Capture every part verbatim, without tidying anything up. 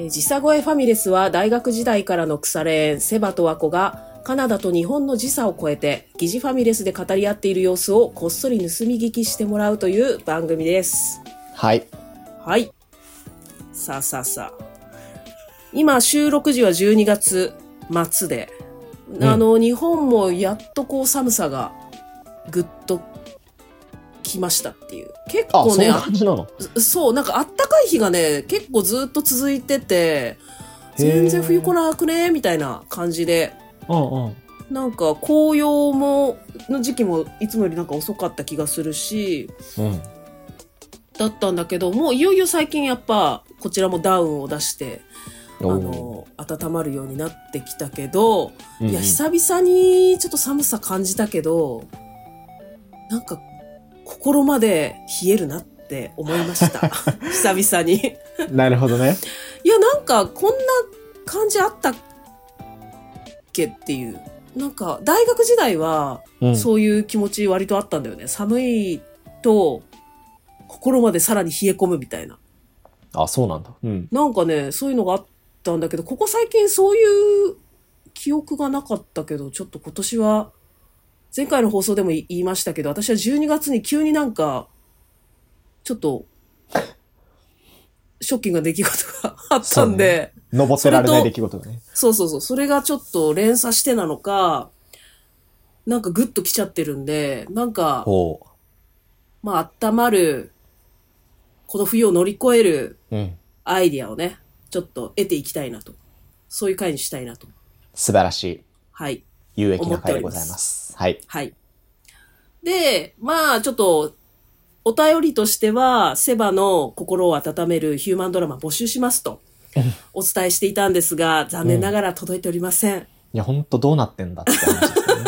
ー、時差越えファミレスは大学時代からの腐れ縁セバとワコがカナダと日本の時差を超えて疑似ファミレスで語り合っている様子をこっそり盗み聞きしてもらうという番組です。 はいはいさあさあさあ今収録時はじゅうにがつ末で、うん、あの日本もやっとこう寒さがぐっと来ましたっていう。結構ね、 あ、そんな感じなの？ そう、なんかあったかい日がね結構ずっと続いてて、全然冬来なくねみたいな感じで、 うんうん、 なんか紅葉もの時期もいつもよりなんか遅かった気がするし、うん、だったんだけど、もういよいよ最近やっぱこちらもダウンを出してあの温まるようになってきたけど、うんうん、いや久々にちょっと寒さ感じたけど、なんか心まで冷えるなって思いました久々になるほどね。 いやなんかこんな感じあったっけっていう、なんか大学時代はそういう気持ち割とあったんだよね、うん、寒いと心までさらに冷え込むみたいな。 あ、そうなんだ、うん、 なんかねそういうのがあったんだけど、ここ最近そういう記憶がなかったけど、ちょっと今年は前回の放送でも言いましたけど、私はじゅうにがつに急になんかちょっとショッキングな出来事があったんで、 ね、登ってられない出来事だね。 そうそうそう、それがちょっと連鎖してなのか、なんかグッと来ちゃってるんで、なんかまあ温まるこの冬を乗り越えるアイディアをね、ちょっと得ていきたいなと、そういう回にしたいなと。 素晴らしい。 はい。 有益な回でございます。はい。 はい。で、まあちょっとお便りとしてはセバの心を温めるヒューマンドラマ募集しますとお伝えしていたんですが、残念ながら届いておりません。うん、いや本当どうなってんだって話ですよね。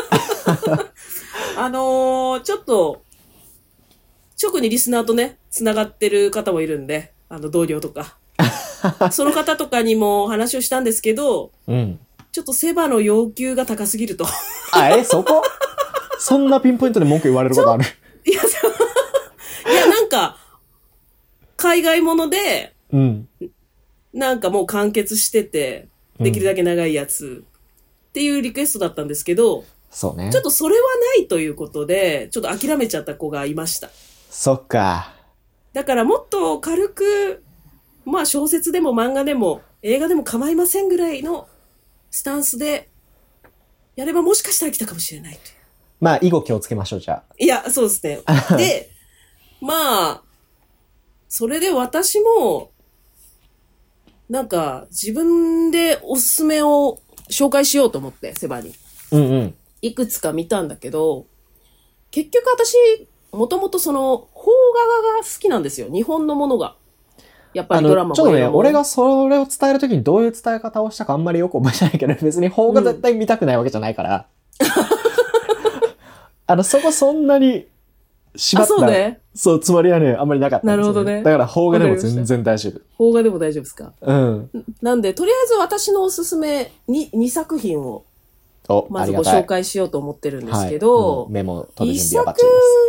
あのー、ちょっと直にリスナーとねつながってる方もいるんで、あの同僚とかその方とかにも話をしたんですけど、うん、ちょっとセバの要求が高すぎると。 あ、え、そこそんなピンポイントで文句言われることある？ いや、いやなんか海外もので、うん、なんかもう完結しててできるだけ長いやつっていうリクエストだったんですけど、 そうね、 ちょっとそれはないということでちょっと諦めちゃった子がいました。 そっか。 だからもっと軽く、まあ小説でも漫画でも映画でも構いませんぐらいのスタンスでやればもしかしたら来たかもしれないという。 まあ以後気をつけましょう、じゃあ。 いや、そうですね。で、まあそれで私もなんか自分でおすすめを紹介しようと思ってセバに、うんうん、いくつか見たんだけど、結局私もともとその邦画が好きなんですよ、日本のものが。やっぱりドラマも。 ちょっとね、俺がそれを伝えるときにどういう伝え方をしたかあんまりよく覚えてないけど、別に邦画絶対見たくないわけじゃないから。うん、あの、そこそんなに縛った。そうね。そう、つもりはね、あんまりなかったんですよ、ね。なるほどね。だから邦画でも全然大丈夫。 邦画でも大丈夫ですか？うん。なんで、とりあえず私のおすすめににさく品をまずご紹介しようと思ってるんですけど、 はい、メモ取る準備はバッチリです。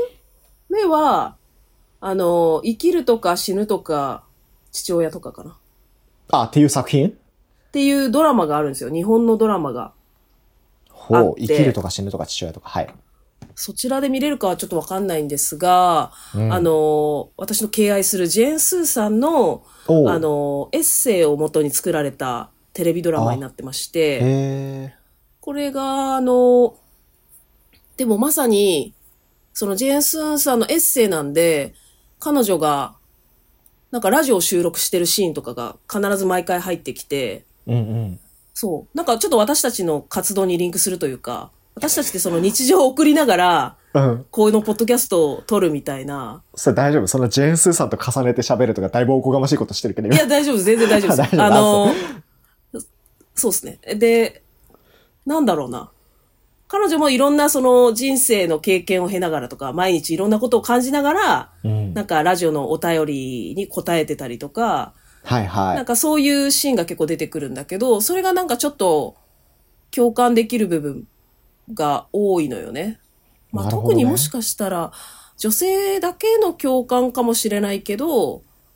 いっさくめは、あの、生きるとか死ぬとか父親とかかな。 あ、っていう作品？ っていうドラマがあるんですよ。日本のドラマがあって。ほう、 生きるとか死ぬとか父親とか、はい。 そちらで見れるかはちょっとわかんないんですが、うん、あの、私の敬愛するジェーン・スーさんの、あの、エッセイを元に作られたテレビドラマになってまして、へー、これが、あの、でもまさに、そのジェーン・スーさんのエッセイなんで、彼女が、なんかラジオを収録してるシーンとかが必ず毎回入ってきて、うんうん、そう。なんかちょっと私たちの活動にリンクするというか、私たちってその日常を送りながら、うん、こういうのポッドキャストを撮るみたいな。 それ大丈夫？そのジェーン・スーさんと重ねて喋るとかだいぶおこがましいことしてるけど。 いや、大丈夫です。全然大丈夫です。あの、そうですね。で、なんだろうな。彼女もいろんなその人生の経験を経ながらとか、毎日いろんなことを感じながら、うん、なんかラジオのお便りに答えてたりとか、はいはい。なんかそういうシーンが結構出てくるんだけど、それがなんかちょっと共感できる部分が多いのよね。まあ、ね、特にもしかしたら女性だけの共感かもしれないけど、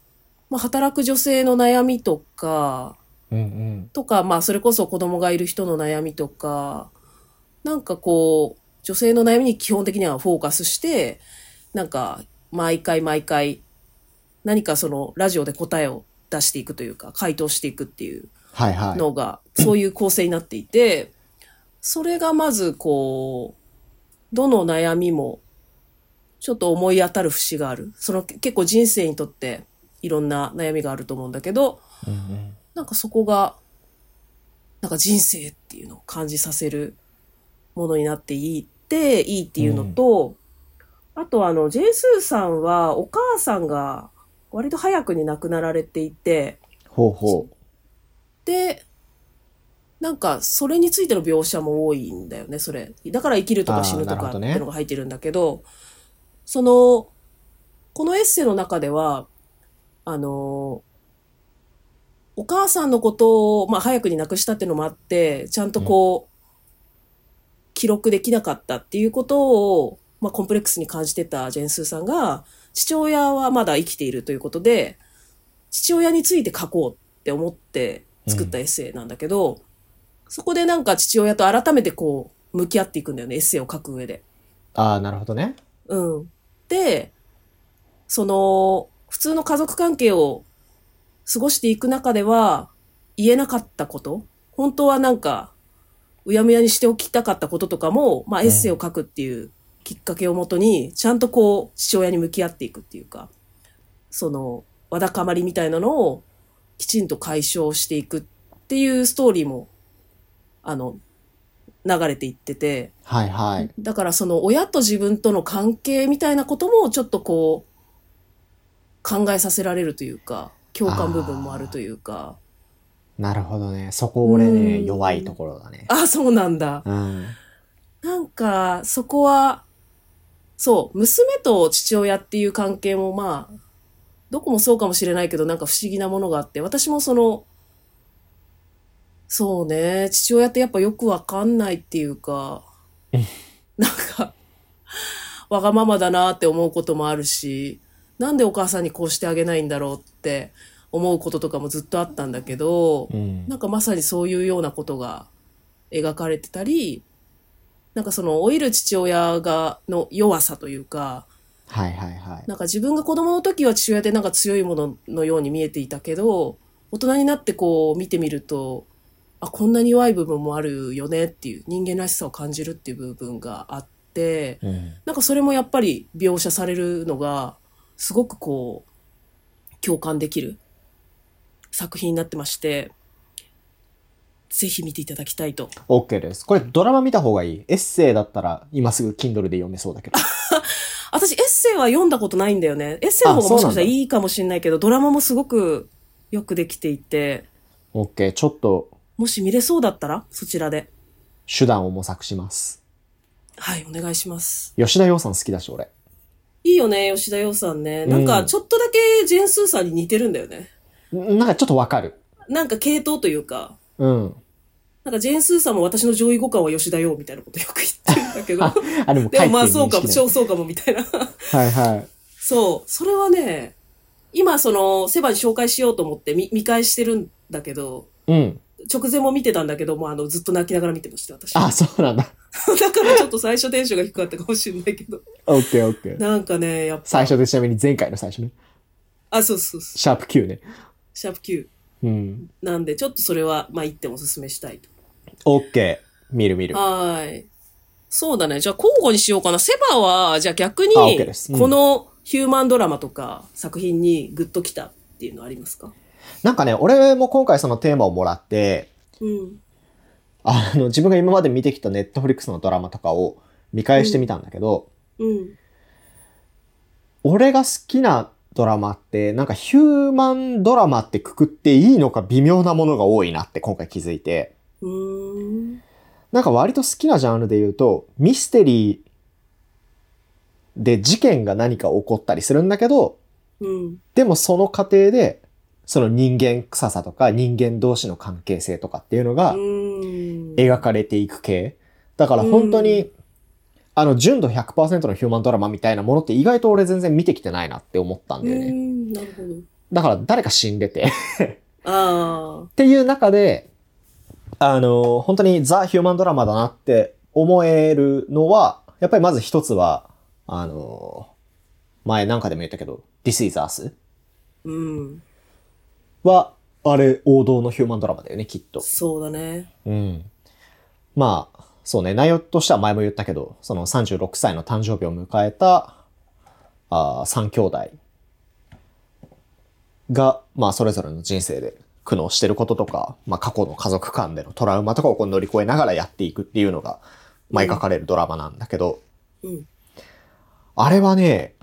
まあ、働く女性の悩みとか、 うんうん、 とか、まあ、それこそ子供がいる人の悩みとか、なんかこう、女性の悩みに基本的にはフォーカスして、なんか、毎回毎回、何かその、ラジオで答えを出していくというか、回答していくっていうのが、はいはい、そういう構成になっていて、それがまずこう、どの悩みも、ちょっと思い当たる節がある。その結構人生にとっていろんな悩みがあると思うんだけど、 うんうん、 なんかそこが、なんか人生っていうのを感じさせるものになっていいって、いいっていうのと、うん、あとあの、ジェースーさんはお母さんが割と早くに亡くなられていて、 ほうほう。 で、なんかそれについての描写も多いんだよね、それ。だから生きるとか死ぬとかっていうのが入ってるんだけど、その、このエッセイの中では、あの、お母さんのことを、まあ、早くに亡くしたっていうのもあって、ちゃんとこう、うん、記録できなかったっていうことを、まあ、コンプレックスに感じてたジェーンスーさんが、父親はまだ生きているということで、父親について書こうって思って作ったエッセイなんだけど、うん、そこでなんか父親と改めてこう、向き合っていくんだよね、エッセイを書く上で。 ああ、なるほどね。 うん。で、その、普通の家族関係を過ごしていく中では、言えなかったこと、本当はなんか、うやむやにしておきたかったこととかも、まあエッセイを書くっていうきっかけをもとに、ちゃんとこう、父親に向き合っていくっていうか、その、わだかまりみたいなのを、きちんと解消していくっていうストーリーも、あの、流れていってて、 はいはい。 だからその親と自分との関係みたいなこともちょっとこう考えさせられるというか、共感部分もあるというか。 なるほどね。そこ俺ね、弱いところだね。 あ、そうなんだ。 うん、 なんかそこは、そう、娘と父親っていう関係もまあ、どこもそうかもしれないけどなんか不思議なものがあって、私もその、そうね。父親ってやっぱよくわかんないっていうか、なんか、わがままだなって思うこともあるし、なんでお母さんにこうしてあげないんだろうって思うこととかもずっとあったんだけど、うん、なんかまさにそういうようなことが描かれてたり、なんかその老いる父親が、の弱さというか、 はいはいはい。 なんか自分が子供の時は父親でなんか強いもののように見えていたけど、大人になってこう見てみると、あ、こんなに弱い部分もあるよねっていう人間らしさを感じるっていう部分があって、うん、なんかそれもやっぱり描写されるのがすごくこう共感できる作品になってまして、ぜひ見ていただきたいと。 OK です。これドラマ見た方がいい？エッセイだったら今すぐ Kindle で読めそうだけど私エッセイは読んだことないんだよね。エッセイの方がもしかしたらいいかもしれないけど、ドラマもすごくよくできていて、 OK、 ちょっともし見れそうだったらそちらで手段を模索します。 はい、お願いします。 吉田羊さん好きだし俺。 いいよね、吉田羊さんね。なんかちょっとだけジェーンスーさんに似てるんだよね。 なんかちょっとわかる。 なんか系統というか。 うん。 なんかジェーンスーさんも私の上位互換は吉田羊みたいなことよく言ってるんだけど。あ、でも、でもまあそうかも、超そうかもみたいな。 はいはい。 そう。それはね、今そのセバに紹介しようと思って見見返してるんだけど、 うん。 直前も見てたんだけど、もうあのずっと泣きながら見てました、私。 あ、そうなんだ。 だからちょっと最初テンションが低かったかもしれないけど。 オッケーオッケー。 なんかね、やっぱ。 最初でちなみに前回の最初ね。 あ、そうそうそう。 シャープきゅうね。 シャープきゅう。うん。 なんで、ちょっとそれは、まあ言ってもおすすめしたいと。 オッケー。見る見る。 はい。そうだね。じゃあ交互にしようかな。セバは、じゃあ逆に、 うん、 このヒューマンドラマとか作品にグッときたっていうのありますか？ なんかね、俺も今回そのテーマをもらって、うん、あの、自分が今まで見てきたネットフリックスのドラマとかを見返してみたんだけど、うんうん、俺が好きなドラマって、なんかヒューマンドラマってくくっていいのか微妙なものが多いなって今回気づいて、うーん、なんか割と好きなジャンルで言うと、ミステリーで事件が何か起こったりするんだけど、うん、でもその過程で、その人間臭さとか人間同士の関係性とかっていうのが描かれていく系。だから本当に、あの、純度 ひゃくパーセント のヒューマンドラマみたいなものって意外と俺全然見てきてないなって思ったんだよね。 うん、なるほど。 だから誰か死んでてあっていう中で、あの、本当にザ・ヒューマンドラマだなって思えるのは、やっぱりまず一つは、あの、前なんかでも言ったけど、This is Us うん。 は、あれ、王道のヒューマンドラマだよね、きっと。 そうだね。 うん。まあ、そうね、内容としては前も言ったけど、そのさんじゅうろくさいの誕生日を迎えた、あさん兄弟が、まあ、それぞれの人生で苦悩してることとか、まあ、過去の家族間でのトラウマとかをこう乗り越えながらやっていくっていうのが、まあ、描かれるドラマなんだけど、 うん。 あれはね、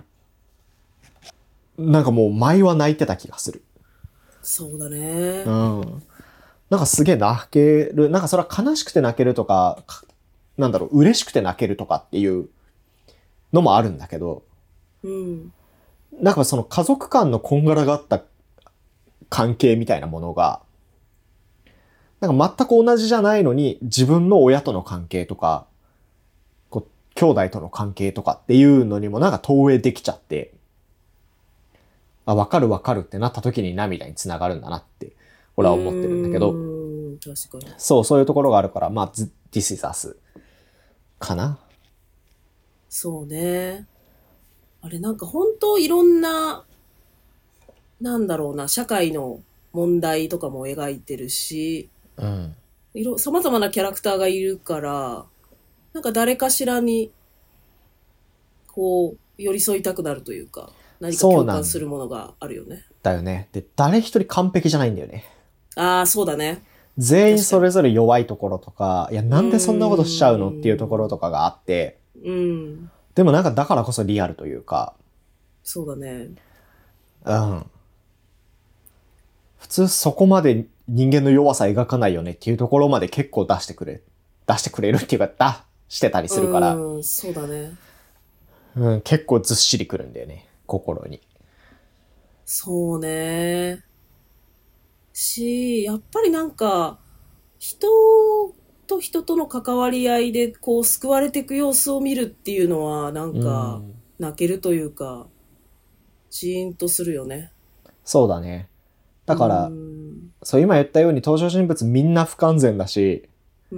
なんかもう前は泣いてた気がする。 そうだね。 うん。なんかすげえ泣ける。なんかそれは悲しくて泣けるとか、かなんだろう、嬉しくて泣けるとかっていうのもあるんだけど、 うん。 なんかその家族間のこんがらがった関係みたいなものが、なんか全く同じじゃないのに、自分の親との関係とか、こう、兄弟との関係とかっていうのにもなんか投影できちゃって、あ、わかるわかるってなった時に涙につながるんだなって、俺は思ってるんだけど、 うん。確かに。 そう、そういうところがあるから、まあ、This is Us かな。 そうね。あれなんか本当いろんな、なんだろうな、社会の問題とかも描いてるし、 うん。 いろ、様々なキャラクターがいるから、なんか誰かしらに、こう、寄り添いたくなるというか、何か共感するものがあるよね。 だよね。で、誰一人完璧じゃないんだよね。 ああ、そうだね。 全員それぞれ弱いところとか、いや、なんでそんなことしちゃうのっていうところとかがあって、 うん。 でもなんかだからこそリアルというか、 そうだね。 うん。普通そこまで人間の弱さ描かないよねっていうところまで結構出してくれ、出してくれるっていうか、出してたりするから、 うん、そうだね。 うん、結構ずっしりくるんだよね、心に。 そうね。し、やっぱりなんか、人と人との関わり合いでこう救われていく様子を見るっていうのはなんかうん、 泣けるというか、ジーンとするよね。 そうだね。だかうら、 ん。 そう今言ったように登場人物みんな不完全だし、 うん。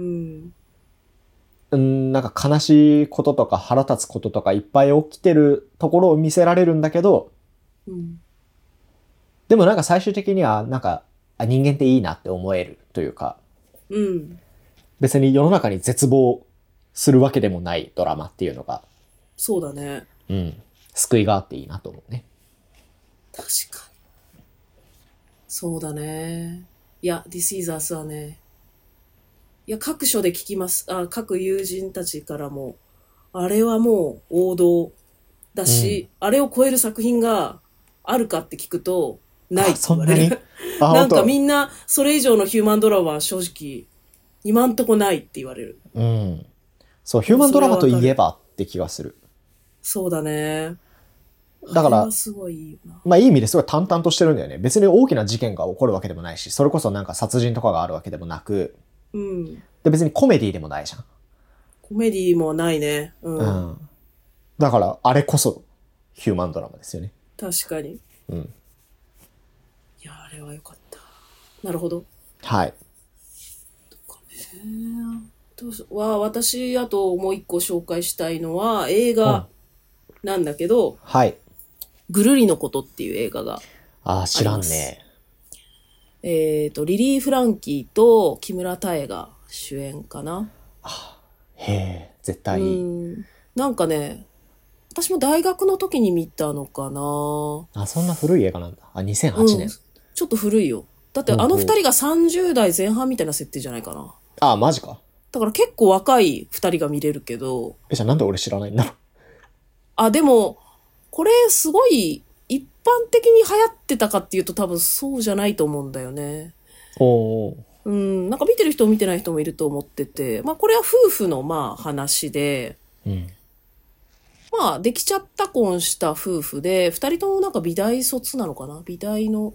うん、なんか悲しいこととか腹立つこととかいっぱい起きてるところを見せられるんだけど、 うん。 でもなんか最終的にはなんか、あ、人間っていいなって思えるというか、 うん。 別に世の中に絶望するわけでもないドラマっていうのが、 そうだね。 うん、救いがあっていいなと思うね。 確かに。そうだね。いや、This is Us はね、いや、各所で聞きます。あ、各友人たちからも、あれはもう王道だし、うん、あれを超える作品があるかって聞くと、ないって言われる。な, なんかみんな、それ以上のヒューマンドラマは正直、今んとこないって言われる。 うん。そう、ヒューマンドラマといえばって気がする。 そうだね。 だから、 すごいいいよな。 まあいい意味ですごい淡々としてるんだよね。別に大きな事件が起こるわけでもないし、それこそなんか殺人とかがあるわけでもなく、 うん。 で別にコメディでもないじゃん。 コメディもないね。うん。うん、 だから、あれこそヒューマンドラマですよね。 確かに。 うん。 いや、あれは良かった。なるほど。 はい。 とかね。どうしは、私、あともう一個紹介したいのは映画なんだけど、うん、 はい。 ぐるりのことっていう映画があります。 ああ、知らんね。 えっと、リリー・フランキーと木村多江が主演かな。 あ、へえ、絶対いい。 うん。なんかね、私も大学の時に見たのかな。 あ、そんな古い映画なんだ。あ、にせんはちねん。うん、 ちょっと古いよ。だってあの二人がさんじゅう代前半みたいな設定じゃないかな。 あ、マジか。 だから結構若い二人が見れるけど。 え、じゃあなんで俺知らないんだろう。 あ、でも、これすごい一般的に流行ってたかっていうと多分そうじゃないと思うんだよね。 おー。 うん、なんか見てる人も見てない人もいると思ってて、まあこれは夫婦のまあ話で、 うん、 まあできちゃった婚した夫婦で、二人ともなんか美大卒なのかな美大の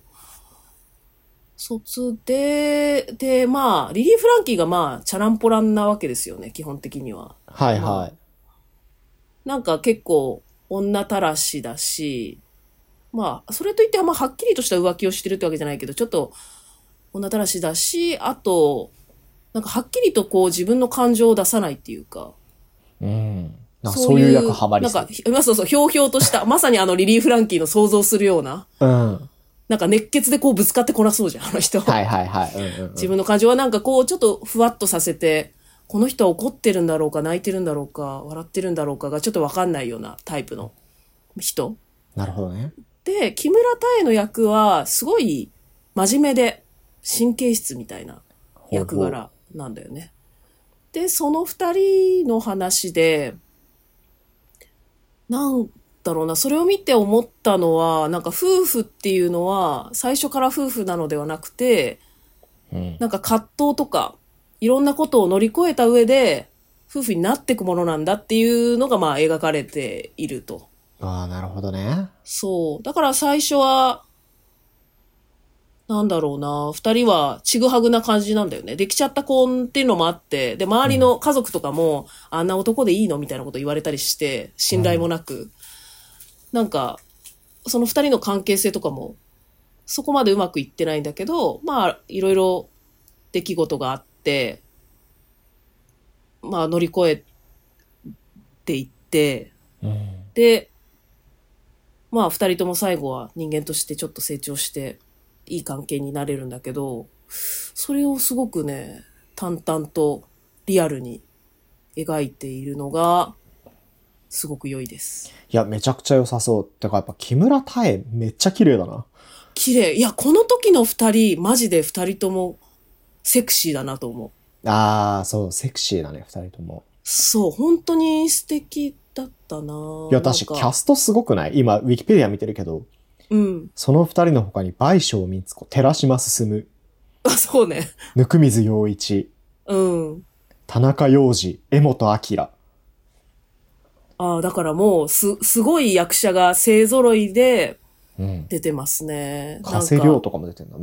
卒で、で、まあリリー・フランキーがまあチャランポランなわけですよね、基本的には。 はいはい。 まあ、なんか結構女たらしだし、 まあ、それといって、まあ、はっきりとした浮気をしてるってわけじゃないけど、ちょっと女たらしだし、あと、なんかはっきりとこう自分の感情を出さないっていうか。 うん。なんかそういう役ハマりそう。 なんか、そうそう、ひょうひょうとした、まさにあのリリー・フランキーの想像するような。 うん。 なんか熱血でこうぶつかってこなそうじゃん、あの人。 はいはいはい。うんうんうん、 自分の感情はなんかこう、ちょっとふわっとさせて、この人は怒ってるんだろうか、泣いてるんだろうか、笑ってるんだろうかがちょっとわかんないようなタイプの人。 なるほどね。 で、木村多江の役は、すごい真面目で、神経質みたいな役柄なんだよね。で、その二人の話で、なんだろうな、それを見て思ったのは、なんか夫婦っていうのは、最初から夫婦なのではなくて、うん、なんか葛藤とか、いろんなことを乗り越えた上で、夫婦になっていくものなんだっていうのが、まあ描かれていると。 ああ、なるほどね。 そう。だから最初は、なんだろうな、二人はちぐはぐな感じなんだよね。できちゃった子っていうのもあって、で、周りの家族とかも、うん、あんな男でいいのみたいなこと言われたりして、信頼もなく。うん、なんか、その二人の関係性とかも、そこまでうまくいってないんだけど、まあ、いろいろ出来事があって、まあ、乗り越えていって、うん、で、まあ、二人とも最後は人間としてちょっと成長して、いい関係になれるんだけど、それをすごくね、淡々とリアルに描いているのが、すごく良いです。 いや、めちゃくちゃ良さそう。てかやっぱ木村多江めっちゃ綺麗だな。 綺麗。いや、この時の二人、マジで二人ともセクシーだなと思う。ああ、そう、セクシーだね、二人とも。 そう、本当に素敵だったな。 いや、私、キャストすごくない？今、ウィキペディア見てるけど、 うん。 その二人の他に、倍賞美津子、寺島進。 あ、そうね。 温水洋一。 うん。 田中洋次、江本明。 ああ、だからもう、す、すごい役者が勢揃いで、出てますね。 加瀬亮とかも出てんだ。うん。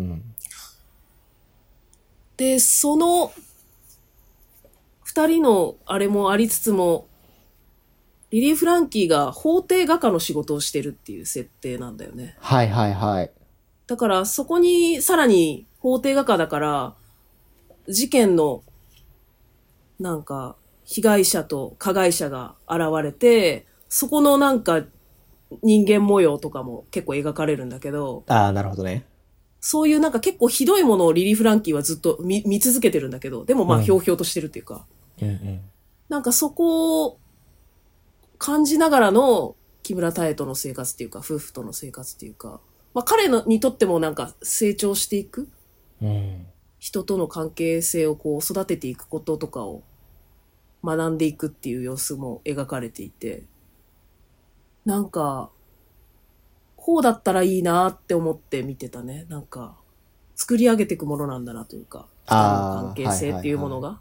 で、その、二人のあれもありつつも、リリー・フランキーが法廷画家の仕事をしてるっていう設定なんだよね。 はいはいはい。 だからそこにさらに法廷画家だから、事件のなんか被害者と加害者が現れて、そこのなんか人間模様とかも結構描かれるんだけど。 ああ、なるほどね。 そういうなんか結構ひどいものをリリー・フランキーはずっと 見, 見続けてるんだけど、でもまあひょうひょうとしてるっていうか。 うんうんうん、 なんかそこを感じながらの木村多江との生活っていうか、夫婦との生活っていうか、まあ彼のにとってもなんか成長していく、うん、人との関係性をこう育てていくこととかを学んでいくっていう様子も描かれていて、なんか、こうだったらいいなって思って見てたね。なんか、作り上げていくものなんだなというか、人の関係性っていうものが。はいはいはい、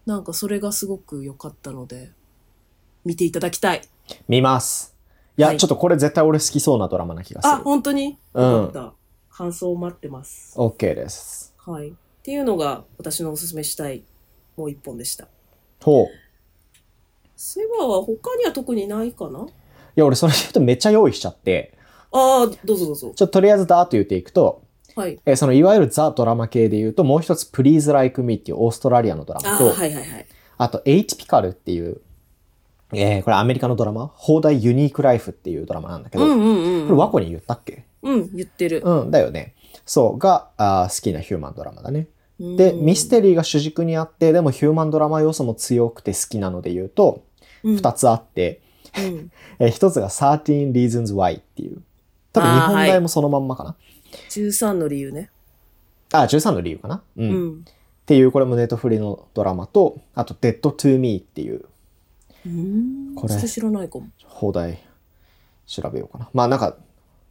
なんかそれがすごく良かったので、見ていただきたい。 見ます。いや、はい、ちょっとこれ絶対俺好きそうなドラマな気がする。 あ、本当に？ うん。 よかった。感想を待ってます。 OK です。 はい。っていうのが私のおすすめしたいもう一本でした。 ほう。 そういえば他には特にないかな？いや、俺それで言うとめっちゃ用意しちゃって。 ああ、どうぞどうぞ。 ちょっととりあえずダーッと言っていくと、はい。えー、そのいわゆるザ・ドラマ系で言うと、もう一つ Please Like Me っていうオーストラリアのドラマと、 あ、はいはいはい。 あと エイチピカルっていう、えー、これアメリカのドラマ、放題ユニークライフっていうドラマなんだけど、うんうんうん、これ和子に言ったっけ？ うん、言ってる。 うん、だよね。そう、が、あ好きなヒューマンドラマだね。で、ミステリーが主軸にあって、でもヒューマンドラマ要素も強くて好きなので言うと、二、うん、つあって、うん、え一つがじゅうさん Reasons Why っていう。多分日本題もそのまんまかな。はい、 じゅうさんの理由ね。 あ、じゅうさんの理由かな。うん。うん、っていう、これもネットフリのドラマと、あと Dead to Me っていう。 うん。これ。それ知らないかも。 放題調べようかな。まあなんか、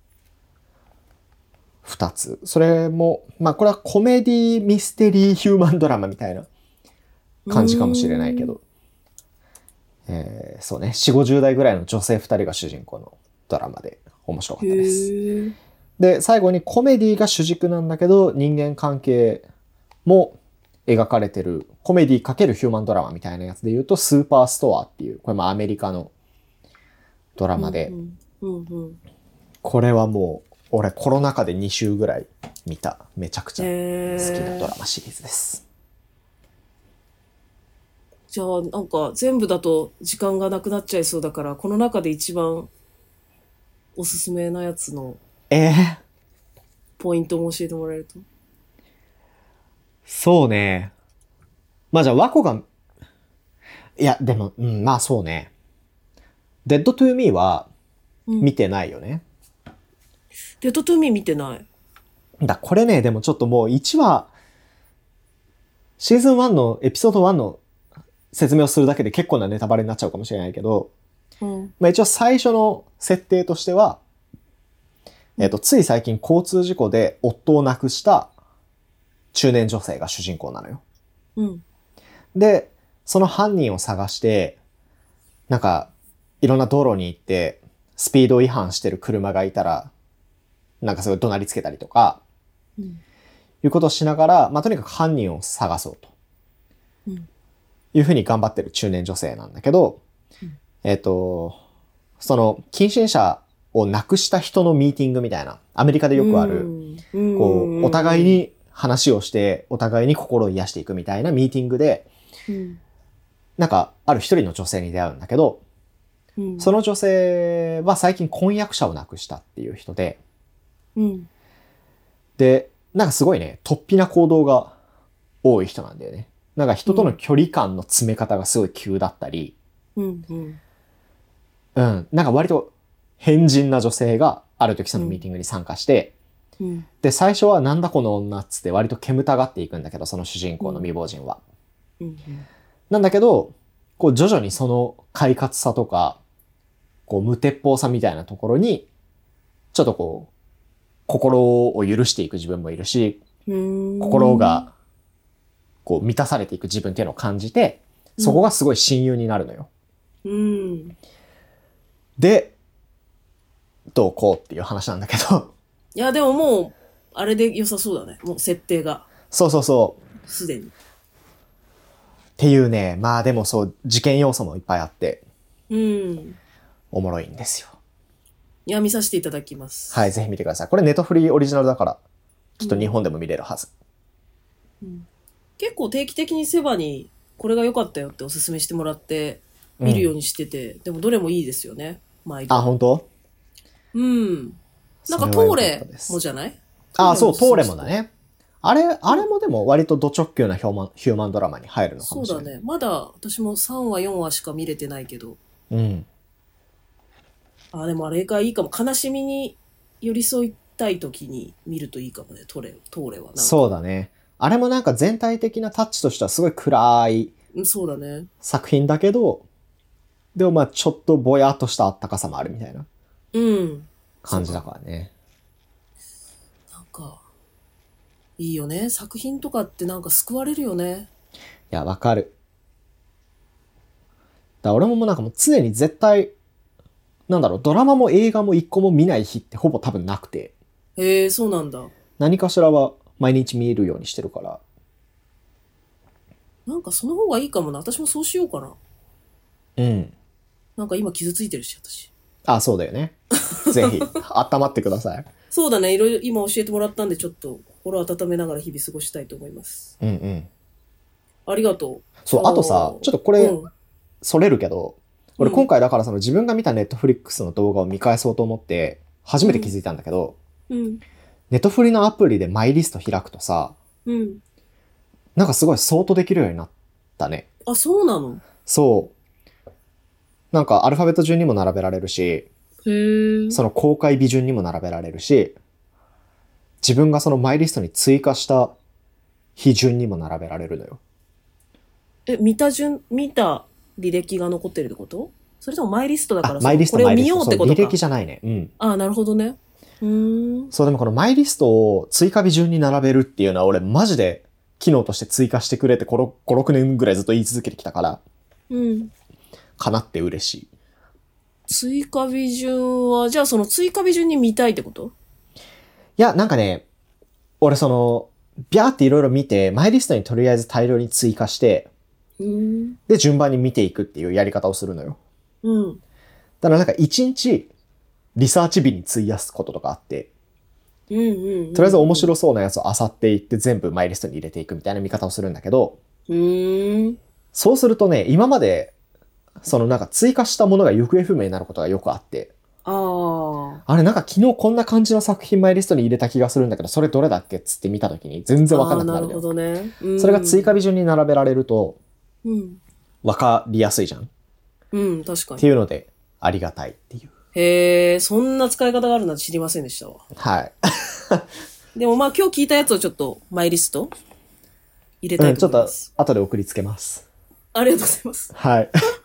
二つ。それも、まあこれはコメディミステリーヒューマンドラマみたいな感じかもしれないけど。えー、そうね。よんじゅう、ごじゅう代ぐらいの女性二人が主人公のドラマで面白かったです。で、最後にコメディが主軸なんだけど、人間関係も描かれてる、コメディ×ヒューマンドラマみたいなやつで言うと、スーパーストアっていう、これもアメリカのドラマで、うんうんうんうん、 これはもう、俺コロナ禍でに週ぐらい見た、めちゃくちゃ好きなドラマシリーズです。 じゃあ、なんか全部だと時間がなくなっちゃいそうだから、この中で一番おすすめなやつのえー、 ポイントも教えてもらえると。 そうね。まあじゃあ、ワコが、いや、でも、うん、まあそうね。デッドトゥーミーは見てないよね。 うん、デッドトゥーミー見てない。 だ、これね、でもちょっともういちわ、シーズンワンのエピソードワンの説明をするだけで結構なネタバレになっちゃうかもしれないけど、うん、まあ一応最初の設定としては、えっと、つい最近交通事故で夫を亡くした中年女性が主人公なのよ。うん、で、その犯人を探して、なんか、いろんな道路に行って、スピード違反してる車がいたら、なんかすごい怒鳴りつけたりとか、うん、いうことをしながら、まあとにかく犯人を探そうと。うんいうふうに頑張ってる中年女性なんだけど、うん、えっと、その、近親者を亡くした人のミーティングみたいな、アメリカでよくある、こう、お互いに話をして、お互いに心を癒していくみたいなミーティングで、うん、なんか、ある一人の女性に出会うんだけど、うん、その女性は最近婚約者を亡くしたっていう人で、うん、で、なんかすごいね、突飛な行動が多い人なんだよね。なんか人との距離感の詰め方がすごい急だったり、うんうん、うん、なんか割と変人な女性がある時そのミーティングに参加して、うん、で、最初はなんだこの女っつって割と煙たがっていくんだけど、その主人公の未亡人は。うんうんうん、なんだけど、こう徐々にその快活さとか、こう無鉄砲さみたいなところに、ちょっとこう、心を許していく自分もいるし、心が、こう満たされていく自分っていうのを感じて、そこがすごい親友になるのよ。うん、で、どうこうっていう話なんだけど。 いや、でももう、あれで良さそうだね。もう設定が。 そうそうそう。 すでに。 っていうね、まあでもそう、事件要素もいっぱいあって、うん。おもろいんですよ。 いや、見させていただきます。 はい、ぜひ見てください。これネトフリオリジナルだから、きっと日本でも見れるはず。 うんうん、結構定期的にセバにこれが良かったよっておすすめしてもらって見るようにしてて、うん、でもどれもいいですよね。毎度。 あ、本当？ うん。なんかトーレもじゃない？ あ、そう、トーレもだね。あれ、あれもでも割とド直球なヒューマン、ヒューマンドラマに入るのかもしれない。 そうだね。まだ私もさんわよんわしか見れてないけど。 うん。 あ、でもあれがいいかも。悲しみに寄り添いたい時に見るといいかもね。トーレ、トーレはなんか。 そうだね。あれもなんか全体的なタッチとしてはすごい暗いそうだね。 作品だけど、でもまあちょっとぼやっとしたあったかさもあるみたいな感じだからね。 うん、なんか、いいよね。作品とかってなんか救われるよね。 いや、わかる。だ俺ももうなんかもう常に絶対、なんだろう、ドラマも映画も一個も見ない日ってほぼ多分なくて。 へえ、そうなんだ。 何かしらは毎日見えるようにしてるから。 なんかその方がいいかもな。私もそうしようかな。 うん。 なんか今傷ついてるし、私。 あ、そうだよね。ぜひ、温まってください。 そうだね。いろいろ今教えてもらったんで、ちょっと心を温めながら日々過ごしたいと思います。 うんうん。 ありがとう。 そう、あとさ、ちょっとこれ、うん、それるけど、俺今回だからその自分が見たネットフリックスの動画を見返そうと思って、初めて気づいたんだけど、うんうん、ネットフリのアプリでマイリスト開くとさ、うん、なんかすごいソートできるようになったね。 あ、そうなの？ そう。なんかアルファベット順にも並べられるし、 へー、 その公開日順にも並べられるし、自分がそのマイリストに追加した日順にも並べられるのよ。 え、見た順、見た履歴が残ってるってこと？それともマイリストだからマイリストこれを見ようってことか。 履歴じゃないね。うん。 ああ、なるほどね。うーん。 そう、でもこのマイリストを追加日順に並べるっていうのは俺マジで機能として追加してくれてご、ろくねんぐらいずっと言い続けてきたから。うん。かなって嬉しい。 追加日順は、じゃあその追加日順に見たいってこと？ いや、なんかね、俺その、ビャーっていろいろ見て、マイリストにとりあえず大量に追加して、うん、で、順番に見ていくっていうやり方をするのよ。うん。だからなんか一日、 リサーチ日に費やすこととかあって、 うんうんうんうん、 とりあえず面白そうなやつを漁っていって全部マイリストに入れていくみたいな見方をするんだけど、 うーん、 そうするとね、今まで、そのなんか追加したものが行方不明になることがよくあって、 ああれなんか昨日こんな感じの作品マイリストに入れた気がするんだけど、それどれだっけっつって見たときに全然わかんなくなるんだよ。 なるほどね、うん。 それが追加日順に並べられると、 うん、 わかりやすいじゃん。 うん、確かに。 っていうので、ありがたいっていう。 へえ、そんな使い方があるなんて知りませんでしたわ。 はい。 でもまあ今日聞いたやつをちょっとマイリスト入れたいと思います。 うん、ちょっと後で送りつけます。 ありがとうございます。 はい。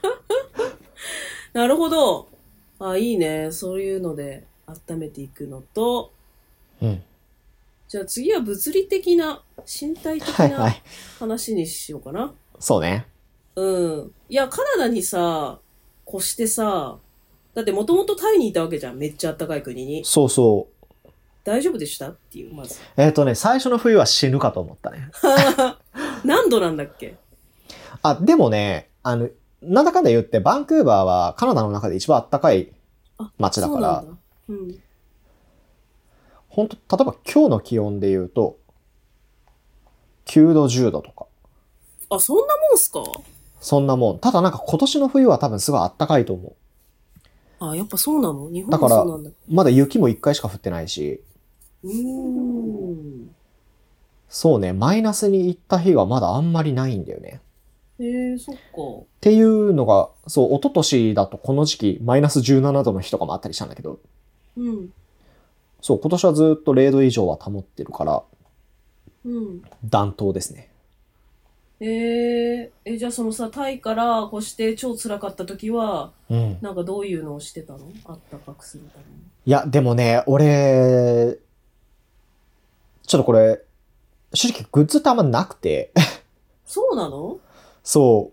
なるほど。あ、いいね。そういうので温めていくのと、 うん。 じゃあ次は物理的な、身体的な話にしようかな。はいはい、 そうね。 うん。いや、カナダにさ、越してさ、だってもともとタイにいたわけじゃん。めっちゃ暖かい国に。 そうそう。 大丈夫でしたっていう、まず。 えっとね、最初の冬は死ぬかと思ったね。 何度なんだっけ？ あ、でもね、あの、なんだかんだ言って、バンクーバーはカナダの中で一番暖かい街だから、うん、本当、例えば今日の気温で言うと、きゅうど、じゅうどとか。 あ、そんなもんすか？ そんなもん。ただなんか今年の冬は多分すごい暖かいと思う。 あ、やっぱそうなの？日本もそうなんだ。 だから、まだ雪もいっかいしか降ってないし。 うーん。 そうね、マイナスに行った日がまだあんまりないんだよね。 へえ、そっか。 っていうのが、そう、一昨年だとこの時期、マイナスじゅうななどの日とかもあったりしたんだけど。 うん。 そう、今年はずっとれいど以上は保ってるから、 うん。 暖冬ですね。 えー、え、じゃあそのさ、タイから越して超辛かった時は、うん、なんかどういうのをしてたの？あったかくするために。 いや、でもね、俺、ちょっとこれ、正直グッズってあんまなくて。 そうなの？ そう。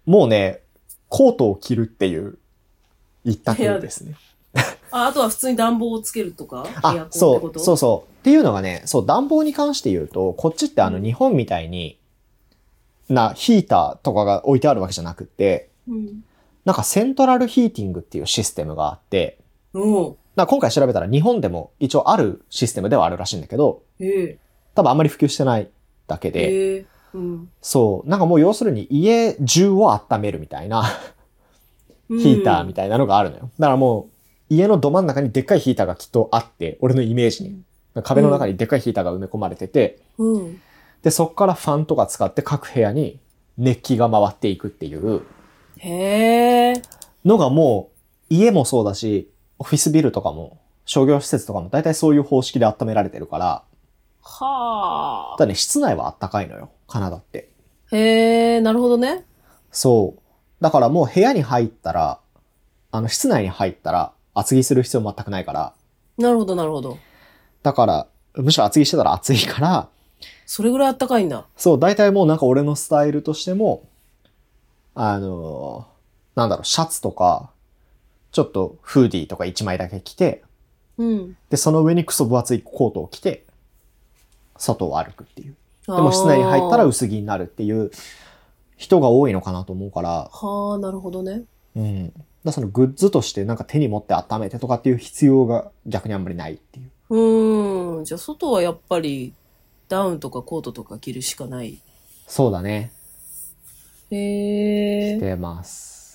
もうね、コートを着るっていう一択ですね。 あ、あとは普通に暖房をつけるとか？ あ、エアコンってこと？そう、そうそう。っていうのがね、そう、暖房に関して言うと、こっちってあの日本みたいに、うん、な、ヒーターとかが置いてあるわけじゃなくて、うん、なんかセントラルヒーティングっていうシステムがあって、うん、今回調べたら日本でも一応あるシステムではあるらしいんだけど、 へ多分あんまり普及してないだけで、へうん、そう、なんかもう要するに家中を温めるみたいなヒーターみたいなのがあるのよ。だからもう家のど真ん中にでっかいヒーターがきっとあって、俺のイメージに。壁の中にでっかいヒーターが埋め込まれてて、うん、で、そっからファンとか使って各部屋に熱気が回っていくっていうへーのがもう家もそうだし、オフィスビルとかも商業施設とかも大体そういう方式で温められてるから、 はあ。 ただね、室内は暖かいのよ、カナダって。 へー、なるほどね。 そう。だからもう部屋に入ったら、あの室内に入ったら厚着する必要全くないから。 なるほど、なるほど。 だから、むしろ厚着してたら暑いから。 それぐらい暖かいんだ。 そう、大体もうなんか俺のスタイルとしても、あのー、なんだろう、シャツとか、ちょっとフーディーとかいちまいだけ着て、うん。で、その上にクソ分厚いコートを着て、外を歩くっていう。でも室内に入ったら薄着になるっていう人が多いのかなと思うから。 はあ、なるほどね。 うん。だそのグッズとしてなんか手に持って温めてとかっていう必要が逆にあんまりないっていう。 うーん。じゃあ外はやっぱりダウンとかコートとか着るしかない。 そうだね。 へえ。 してます。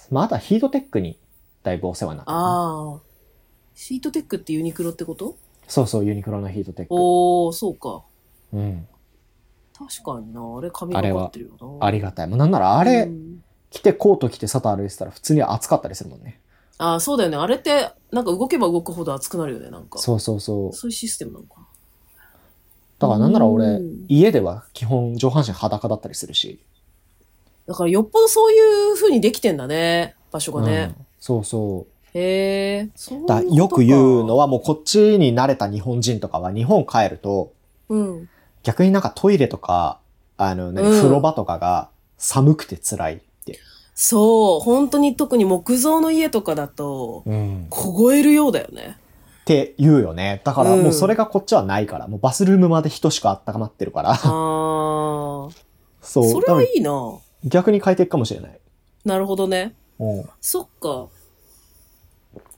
まあ、あとはヒートテックにだいぶお世話になった、ね。 ああ。ヒートテックってユニクロってこと？ そうそう、ユニクロのヒートテック。 おー、そうか。 うん。 確かにな。あれ髪がかってるよな。 あれはありがたい。もうなんならあれ、うん、着てコート着て外歩いてたら普通に暑かったりするもんね。 ああ、そうだよね。あれって、なんか動けば動くほど暑くなるよね、なんか。 そうそうそう。 そういうシステムなのかな。 だからなんなら俺、家では基本上半身裸だったりするし。 だからよっぽどそういう風にできてんだね、場所がね。 うん、そうそう。 へえ、そういうだよく言うのはもうこっちに慣れた日本人とかは日本帰ると、うん、逆になんかトイレとか、あの、ね、うん、風呂場とかが寒くて辛いって。 そう、本当に特に木造の家とかだと、うん、凍えるようだよね。 って言うよね。だからもうそれがこっちはないから、うん、もうバスルームまで人しか温まってるから。ああ。 そう。それはいいな。 逆に快適かもしれない。 なるほどね。 うん。 そっか。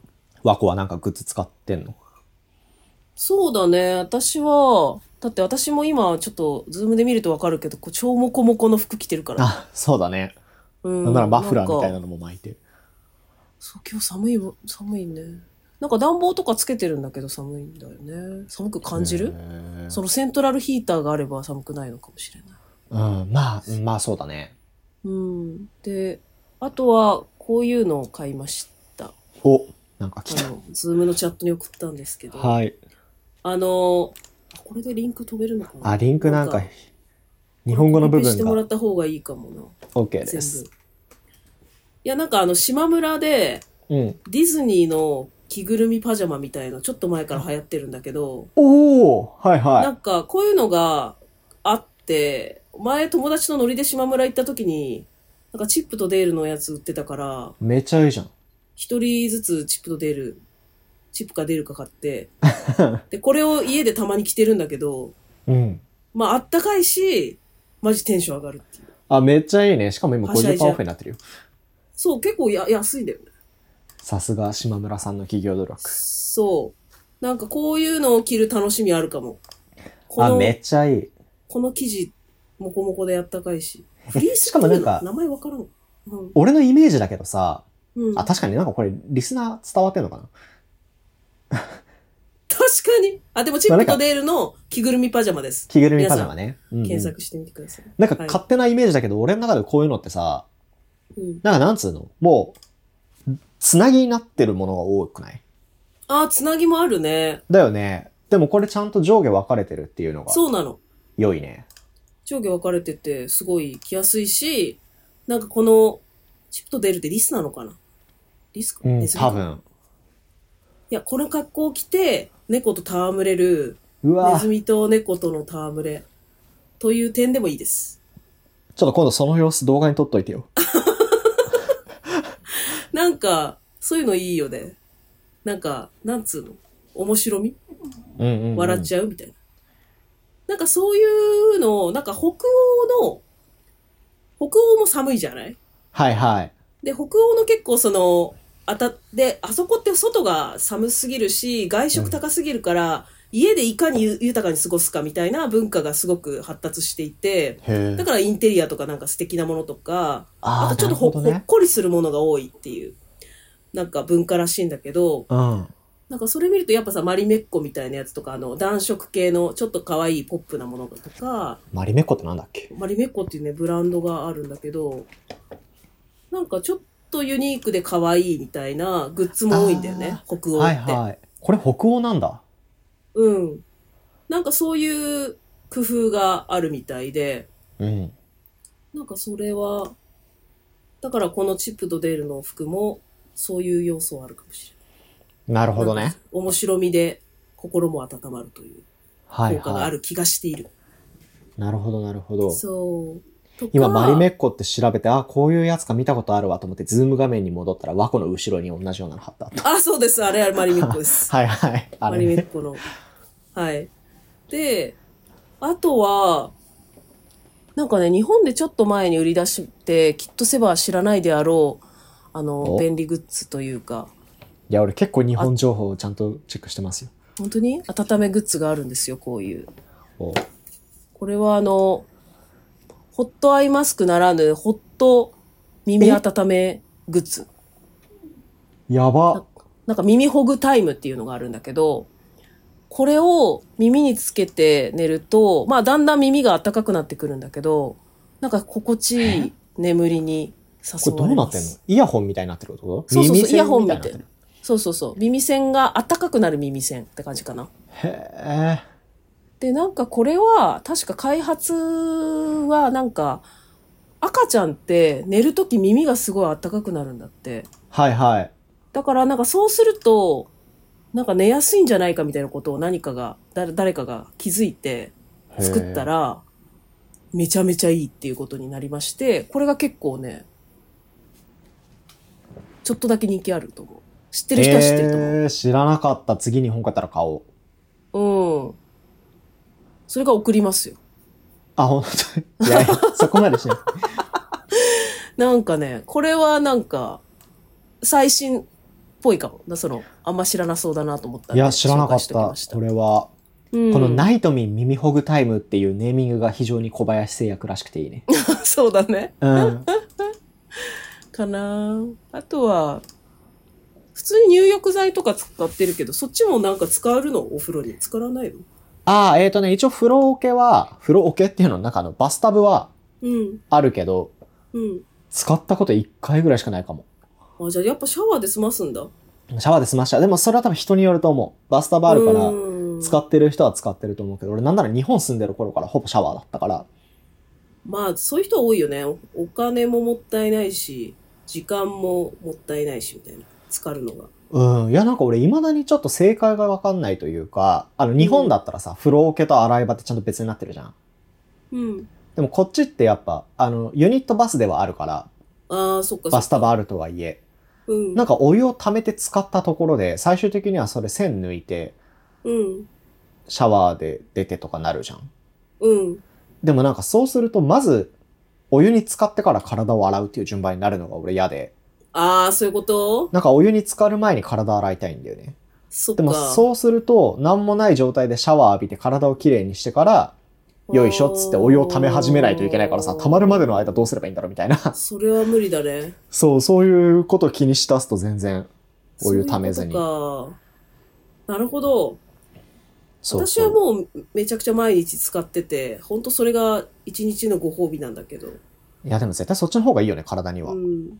和子はなんかグッズ使ってんの？ そうだね。私は、だって私も今ちょっとズームで見るとわかるけど、こう超モコモコの服着てるから。 あ、そうだね。 うん。 なんならマフラーみたいななんかのも巻いて。 そう、今日寒いわ、寒いね。なんか暖房とかつけてるんだけど寒いんだよね。寒く感じる？そのセントラルヒーターがあれば寒くないのかもしれない。 うん、まあ、まあそうだね。 うん。で、あとはこういうのを買いました。 お、なんか来た。 あの、ズームのチャットに送ったんですけど。 はい。 あの、これでリンク飛べるのかな？ あ、リンクなんか、 なんか日本語の部分が。 コピペしてもらった方がいいかもな。 OK です。 全部。いや、なんかあの、島村で、 うん。 ディズニーの着ぐるみパジャマみたいな、ちょっと前から流行ってるんだけど、 おー、はいはい。 なんかこういうのがあって、前友達とノリで島村行った時に、なんかチップとデールのやつ売ってたから、 めちゃいいじゃん。 一人ずつチップとデール、チップかデールか買って、で、これを家でたまに着てるんだけど、 うん。 まああったかいし、マジテンション上がるっていう。 あ、めっちゃいいね。しかも今はしゃいじゃうごじゅっパーセントオフになってるよ。 そう、結構や安いんだよね。 さすが島村さんの企業努力。 そう。なんかこういうのを着る楽しみあるかも。こあ、 のめっちゃいい。 この生地、もこもこであったかいし。フリースしかもなんか名前わからん。うん。 俺のイメージだけどさ、 うん、 あ、確かになんかこれリスナー伝わってんのかな？ 確かに。あ、でもチップとデールの着ぐるみパジャマです。 着ぐるみパジャマね。 うんうん、検索してみてください。 なんか勝手なイメージだけど、はい、俺の中でこういうのってさ、うん、なんかなんつうの？もう、つなぎになってるものが多くない？ ああ、つなぎもあるね。 だよね。でもこれちゃんと上下分かれてるっていうのが。 そうなの。 良いね。 上下分かれてて、すごい着やすいし、なんかこの、チップとデールってリスなのかな？リスか、 うん、多分。 いや、この格好を着て、猫と戯れる、うわネズミと猫との戯れ、という点でもいいです。 ちょっと今度その様子動画に撮っといてよ。 なんか、そういうのいいよね。なんか、なんつうの？面白み、 うんうんうん、 笑っちゃうみたいな。なんかそういうの、なんか北欧の、北欧も寒いじゃない？ はいはい。 で、北欧の結構その、あた、で、あそこって外が寒すぎるし、外食高すぎるから、うん、家でいかに豊かに過ごすかみたいな文化がすごく発達していて、だからインテリアとかなんか素敵なものとか、あ, あとちょっと ほ,、ね、ほっこりするものが多いっていう、なんか文化らしいんだけど、 うん、 なんかそれ見るとやっぱさ、マリメッコみたいなやつとか、あの、暖色系のちょっと可愛いポップなものとか、 マリメッコってなんだっけ？ マリメッコっていうね、ブランドがあるんだけど、なんかちょっとユニークで可愛いみたいなグッズも多いんだよね、北欧って。 はいはい。これ北欧なんだ。 うん。なんかそういう工夫があるみたいで、 うん。 なんかそれは、だからこのチップとデールの服もそういう要素はあるかもしれない。なるほどね。 面白みで心も温まるという効果がある気がしている。 はいはい、なるほどなるほど。 そう。 今マリメッコって調べて、あ、こういうやつか見たことあるわと思ってズーム画面に戻ったら和子の後ろに同じようなの貼った。 あ、そうです。あれはマリメッコです。 はいはい。 あれね、マリメッコの。はい。で、あとは、なんかね、日本でちょっと前に売り出して、きっとセバは知らないであろう、あの、便利グッズというか。 いや、俺結構日本情報をちゃんとチェックしてますよ。 本当に？温めグッズがあるんですよ、こういう。これはあの、ホットアイマスクならぬ、ホット耳温めグッズ。 やば。 な。なんか耳ほぐタイムっていうのがあるんだけど、これを耳につけて寝ると、まあだんだん耳が暖かくなってくるんだけど、なんか心地いい眠りに誘われます。 これどうなってんの？イヤホンみたいになってること？ そうそうそう、イヤホンみたいな。そうそうそう。耳栓が暖かくなる耳栓って感じかな。 へえ。 で、なんかこれは、確か開発はなんか、赤ちゃんって寝るとき耳がすごい暖かくなるんだって。 はいはい。 だからなんかそうすると、なんか寝やすいんじゃないかみたいなことを何かが、誰かが気づいて作ったら、めちゃめちゃいいっていうことになりまして、これが結構ね、ちょっとだけ人気あると思う。知ってる人は知ってると思う。 えー、知らなかった。次日本買ったら買おう。うん。それが送りますよ。 あ、ほんといやいや、そこまでしない。 なんかね、これはなんか、最新ぽいかも。その、あんま知らなそうだなと思ったんで。 いや、知らなかった。 紹介しときました。 これは、 うん、 このナイトミン耳ほぐタイムっていうネーミングが非常に小林製薬らしくていいね。 そうだね。 うん。 かなあとは、普通に入浴剤とか使ってるけど、そっちもなんか使えるのお風呂に。使わないの？ ああ、えっとね、一応風呂桶は、風呂桶っていうのなんかあの、バスタブは、あるけど、 うん。うん。 使ったこといっかいぐらいしかないかも。 あ、じゃあやっぱシャワーで済ますんだ。 シャワーで済ました。でもそれは多分人によると思う。バスタブあるから、使ってる人は使ってると思うけど、俺なんなら日本住んでる頃からほぼシャワーだったから。 まあ、そういう人多いよね。お、お金ももったいないし、時間ももったいないし、みたいな。浸かるのが。 うん。いや、なんか俺未だにちょっと正解がわかんないというか、あの、日本だったらさ、うん、風呂桶と洗い場ってちゃんと別になってるじゃん。 うん。 でもこっちってやっぱ、あの、ユニットバスではあるから、 ああ、そっかそっか。 バスタブあるとはいえ。 うん。 なんかお湯を溜めて使ったところで、最終的にはそれ線抜いて、 うん。 シャワーで出てとかなるじゃん。 うん。 でもなんかそうすると、まず、お湯に浸かってから体を洗うっていう順番になるのが俺嫌で。 ああ、そういうこと？ なんかお湯に浸かる前に体洗いたいんだよね。 そっか。 でもそうすると、なんもない状態でシャワー浴びて体をきれいにしてから、よいしょっつってお湯を溜め始めないといけないからさ、溜まるまでの間どうすればいいんだろうみたいな。それは無理だね。 そう、そういうことを気にしだすと全然お湯溜めずに。 そういうことか。なるほど。そうそう。私はもうめちゃくちゃ毎日使ってて、ほんとそれが一日のご褒美なんだけど。 いやでも絶対そっちの方がいいよね、体には。 うん。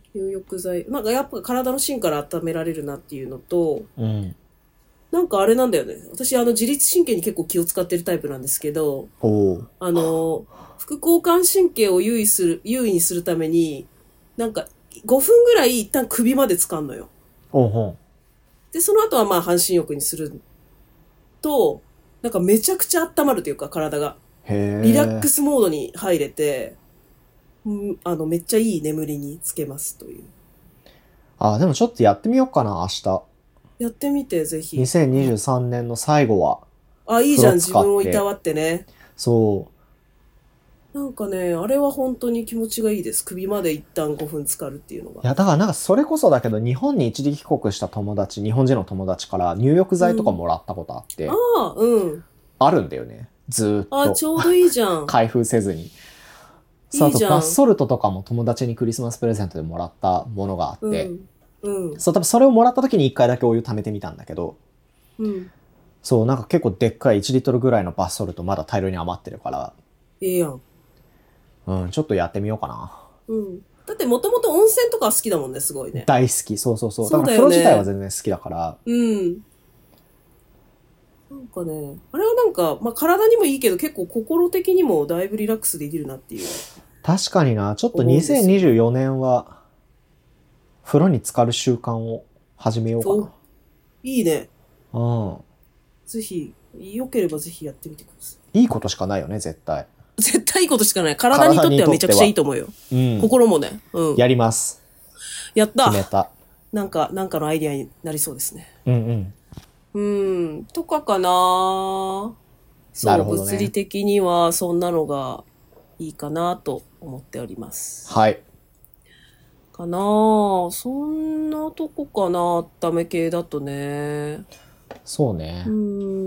入浴剤。なんかやっぱ体の芯から温められるなっていうのと、 うん。 なんかあれなんだよね。私、あの、自律神経に結構気を使ってるタイプなんですけど、あの、副交感神経を優位する、優位にするために、なんかごふんぐらい一旦首まで使うのよ。 おうほう。で、 その後はまあ半身浴にすると、なんかめちゃくちゃ温まるというか、体が。 へー。 リラックスモードに入れて、うん、あの、めっちゃいい眠りにつけますという。 あ、でもちょっとやってみようかな、明日。 やってみて、ぜひ。 にせんにじゅうさんねんの最後は。 あ、いいじゃん、自分をいたわってね。 そう。 なんかね、あれは本当に気持ちがいいです。首まで一旦ごふん浸かるっていうのが。 いや、だからなんかそれこそだけど、日本に一時帰国した友達、日本人の友達から入浴剤とかもらったことあって。 うん、ああ、うん。 あるんだよね。ずーっと。 あ、ちょうどいいじゃん。 開封せずに。そう、あとバスソルトとかも友達にクリスマスプレゼントでもらったものがあって。うんうん、そう、多分それをもらった時に一回だけお湯溜めてみたんだけど、 うん、 そう、なんか結構でっかいいちリットルぐらいのバスソルトまだ大量に余ってるから。 ええやん。 うん、ちょっとやってみようかな。 うん。だってもともと温泉とか好きだもんね、すごいね。 大好き、そうそうそう。だから風呂自体は全然好きだから。 うん。なんかね、あれはなんか、まあ体にもいいけど結構心的にもだいぶリラックスできるなっていう。 確かにな、ちょっとにせんにじゅうよねんは、風呂に浸かる習慣を始めようかな。 いいね。 うん。 ぜひ、良ければぜひやってみてください。 いいことしかないよね、絶対。 絶対いいことしかない。体にとってはめちゃくちゃいいと思うよ。うん、心もね。うん。 やります。 やった。 決めた。 なんか、なんかのアイディアになりそうですね。 うんうん。うん。とかかなそう、なるほどね、物理的にはそんなのがいいかなと思っております。 はい。 かなぁ。そんなとこかな、温め系だとね。 そうね。 うん。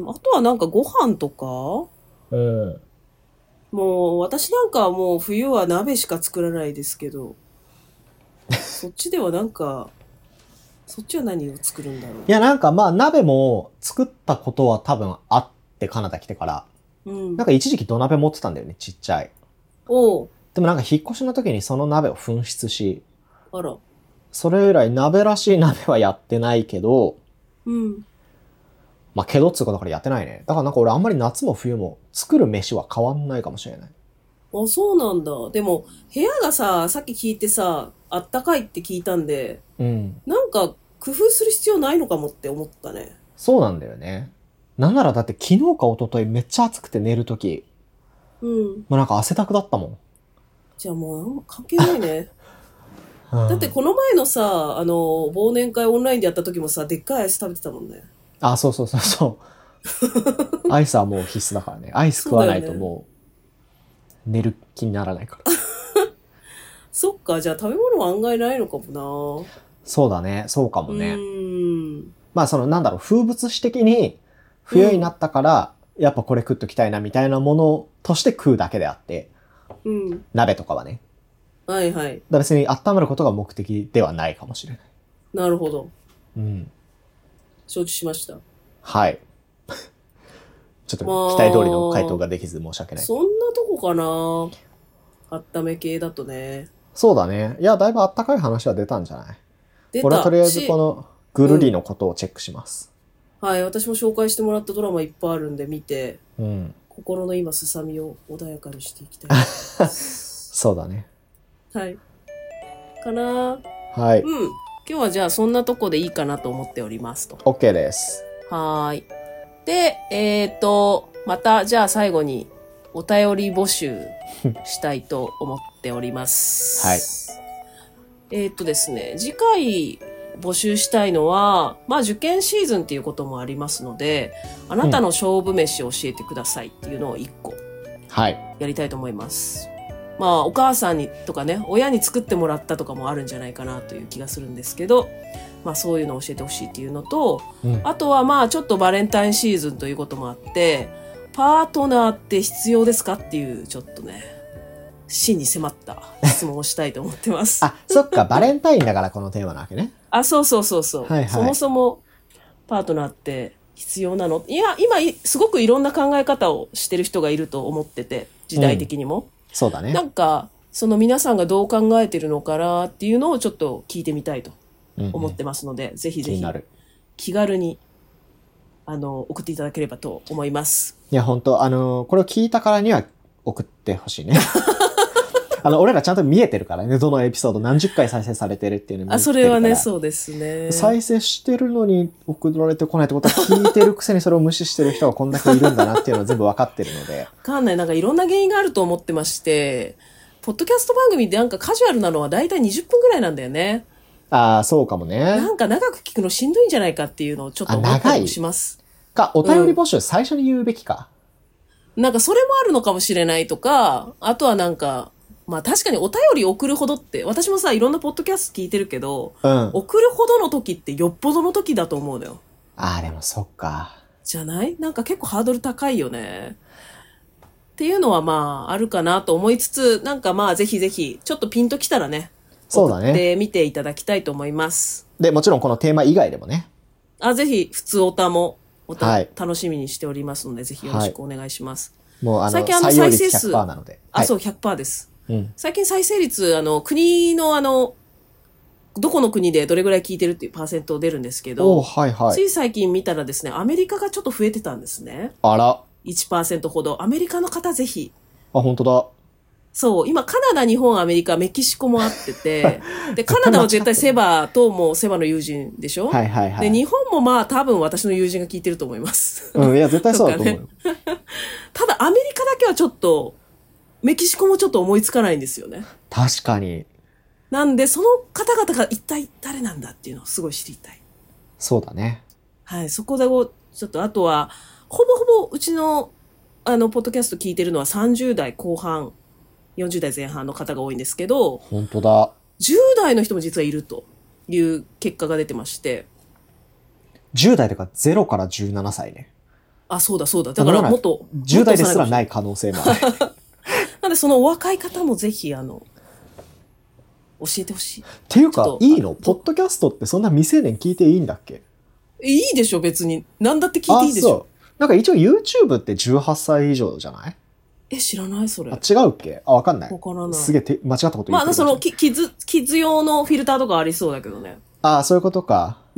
あとはなんかご飯とかうん。 もう私なんかはもう冬は鍋しか作らないですけど、そっちではなんか、そっちは何を作るんだろう。 いやなんかまあ鍋も作ったことは多分あってカナダ来てから。うん。なんか一時期土鍋持ってたんだよね、ちっちゃい。 おう。 でもなんか引っ越しの時にその鍋を紛失し、 あら。 それ以来鍋らしい鍋はやってないけど、 うん。 まあ、けどっつうかだからやってないね。だからなんか俺あんまり夏も冬も作る飯は変わんないかもしれない。 あ、そうなんだ。でも、部屋がさ、さっき聞いてさ、あったかいって聞いたんで、うん。なんか工夫する必要ないのかもって思ったね。 そうなんだよね。なんならだって昨日か一昨日めっちゃ暑くて寝るとき、うん。もうなんか汗だくだったもん。 じゃあもう関係ないね。だってこの前のさ、あの、忘年会オンラインでやった時もさ、でっかいアイス食べてたもんね。 あ、そうそうそうそう。アイスはもう必須だからね。アイス食わないともう寝る気にならないから。 そっか、じゃあ食べ物は案外ないのかもな。 そうだね、そうかもね。 うん。 まあそのなんだろう、風物詩的に冬になったから、やっぱこれ食っときたいなみたいなものとして食うだけであって、 うん、 鍋とかはね。 はいはい。だから別に温まることが目的ではないかもしれない。 なるほど。 うん。 承知しました。 はい。ちょっと期待通りの回答ができず申し訳ない。 そんなとこかな。あっため系だとね。 そうだね。いや、だいぶあったかい話は出たんじゃない？出た。俺はとりあえずこのぐるりのことをチェックします。 うん、はい。私も紹介してもらったドラマいっぱいあるんで見て、 うん、 心の今すさみを穏やかにしていきたいです。 そうだね。 はい。かな。 はい。 うん。今日はじゃあそんなとこでいいかなと思っておりますと。 OK です。 はーい。で、えっと、またじゃあ最後にお便り募集したいと思っております。 はい。 えっとですね、次回募集したいのは、まあ受験シーズンっていうこともありますので、あなたの勝負飯を教えてくださいっていうのを一個やりたいと思います。はい、まあお母さんにとかね、親に作ってもらったとかもあるんじゃないかなという気がするんですけど、まあそういうのを教えてほしいっていうのと、うん、あとはまあちょっとバレンタインシーズンということもあって、パートナーって必要ですかっていうちょっとね、真に迫った質問をしたいと思ってます。 あ、そっか、バレンタインだからこのテーマなわけね。 あ、そうそうそうそう。はいはい、そもそもパートナーって必要なの？いや、今すごくいろんな考え方をしてる人がいると思ってて、時代的にも。うん、 そうだね。 なんか、その皆さんがどう考えてるのかなっていうのをちょっと聞いてみたいと思ってますので、うんうん、ぜひぜひ気軽にあの送っていただければと思います。 いや、本当あのこれを聞いたからには送ってほしいね。あの俺らちゃんと見えてるからね、どのエピソード何十回再生されてるっていうの見えてるから。あ、 それはね、そうですね。 再生してるのに送られてこないってことは、聞いてるくせにそれを無視してる人がこんだけいるんだなっていうのは全部分かってるので。 わかんない。なんかいろんな原因があると思ってまして、ポッドキャスト番組ってなんかカジュアルなのはだいたいにじゅっぷんぐらいなんだよね。 ああ、そうかもね。 なんか長く聞くのしんどいんじゃないかっていうのをちょっと思ったりもします。 か、お便り募集最初に言うべきか、 うん。なんかそれもあるのかもしれないとか、あとはなんか、まあ確かにお便り送るほどって、私もさ、いろんなポッドキャスト聞いてるけど、うん、送るほどの時ってよっぽどの時だと思うのよ。 ああ、でもそっか。 じゃない？なんか結構ハードル高いよね。っていうのはまああるかなと思いつつ、なんかまあぜひぜひ、ちょっとピンときたらね、 そうだね。 送ってみていただきたいと思います。 で、もちろんこのテーマ以外でもね。 あ、ぜひ、普通おたも、おた、はい、楽しみにしておりますので、ぜひよろしくお願いします。はい、もうあの、最近あの再生数、ひゃくパーセントなので。あ、はい、そう、ひゃくパーセントです。うん、最近再生率、あの、国のあの、どこの国でどれぐらい聞いてるっていうパーセント出るんですけど、はいはい、つい最近見たらですね、アメリカがちょっと増えてたんですね。 あら。 いちパーセント ほど。アメリカの方ぜひ。 あ、本当だ。 そう、今カナダ、日本、アメリカ、メキシコもあってて、で、カナダは絶対セバともうセバの友人でしょ？はいはいはい。で、日本もまあ多分私の友人が聞いてると思います。 うん、いや、絶対そうだと思うよ。ね、 ただアメリカだけはちょっと、メキシコもちょっと思いつかないんですよね。 確かに。 なんで、その方々が一体誰なんだっていうのをすごい知りたい。 そうだね。 はい、そこでちょっと、あとは、ほぼほぼうちの、あの、ポッドキャスト聞いてるのはさんじゅう代後半、よんじゅう代前半の方が多いんですけど、 本当だ。 じゅう代の人も実はいるという結果が出てまして。 じゅう代とかゼロからじゅうななさいね。 あ、そうだそうだ。だからもっと。 じゅう代ですらない可能性もある。 なんでそのお若い方もぜひ、あの、教えてほしい。 っていうか、いいの？ポッドキャストってそんな未成年聞いていいんだっけ？ いいでしょ、別に。なんだって聞いていいでしょ。あ、そう。 なんか一応 YouTube ってじゅうはっさい以上じゃない？ え、知らないそれ。 あ、違うっけ？あ、わかんない。 わからない。 すげえて間違ったこと言ってる。 まあ、その、キッズ、キッズ用のフィルターとかありそうだけどね。 ああ、そういうことか。 うん。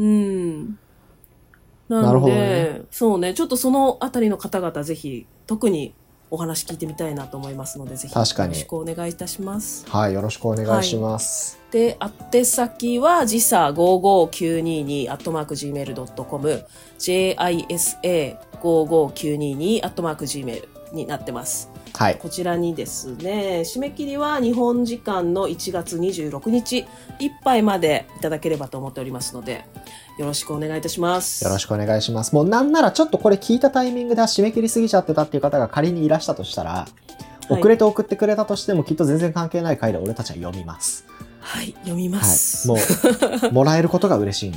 な, なるほどね。そうね。ちょっとそのあたりの方々ぜひ、特にお話聞いてみたいなと思いますので、ぜひよろしくお願いいたします。 はい、よろしくお願いします。 はい、で、宛先は、ジサごごきゅうににアットマークジーメールドットコム、ジェイアイエスエーごごきゅうににアットマークジーメールになってます。はい。こちらにですね、締め切りは日本時間のいちがつにじゅうろくにちいっぱいまでいただければと思っておりますので、よろしくお願いいたします。 よろしくお願いします。もうなんならちょっとこれ聞いたタイミングで締め切りすぎちゃってたっていう方が仮にいらしたとしたら、遅れて送ってくれたとしてもきっと全然関係ない回で俺たちは読みます。 はい、読みます。 はい、もう、もらえることが嬉しいんで。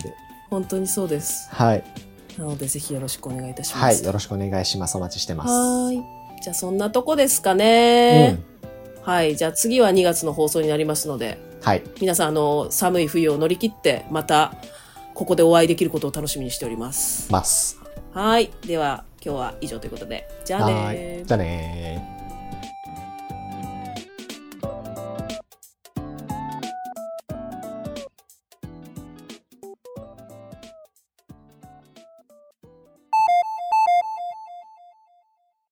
本当にそうです。 はい。 なのでぜひよろしくお願いいたします。 はい、よろしくお願いします。お待ちしてます。 はい。じゃあそんなとこですかね。うん、はい。じゃあ次はにがつの放送になりますので、 はい。 皆さんあの寒い冬を乗り切ってまたここでお会いできることを楽しみにしております。 ます。 はい。では今日は以上ということで、じゃあねー。 じゃあねー。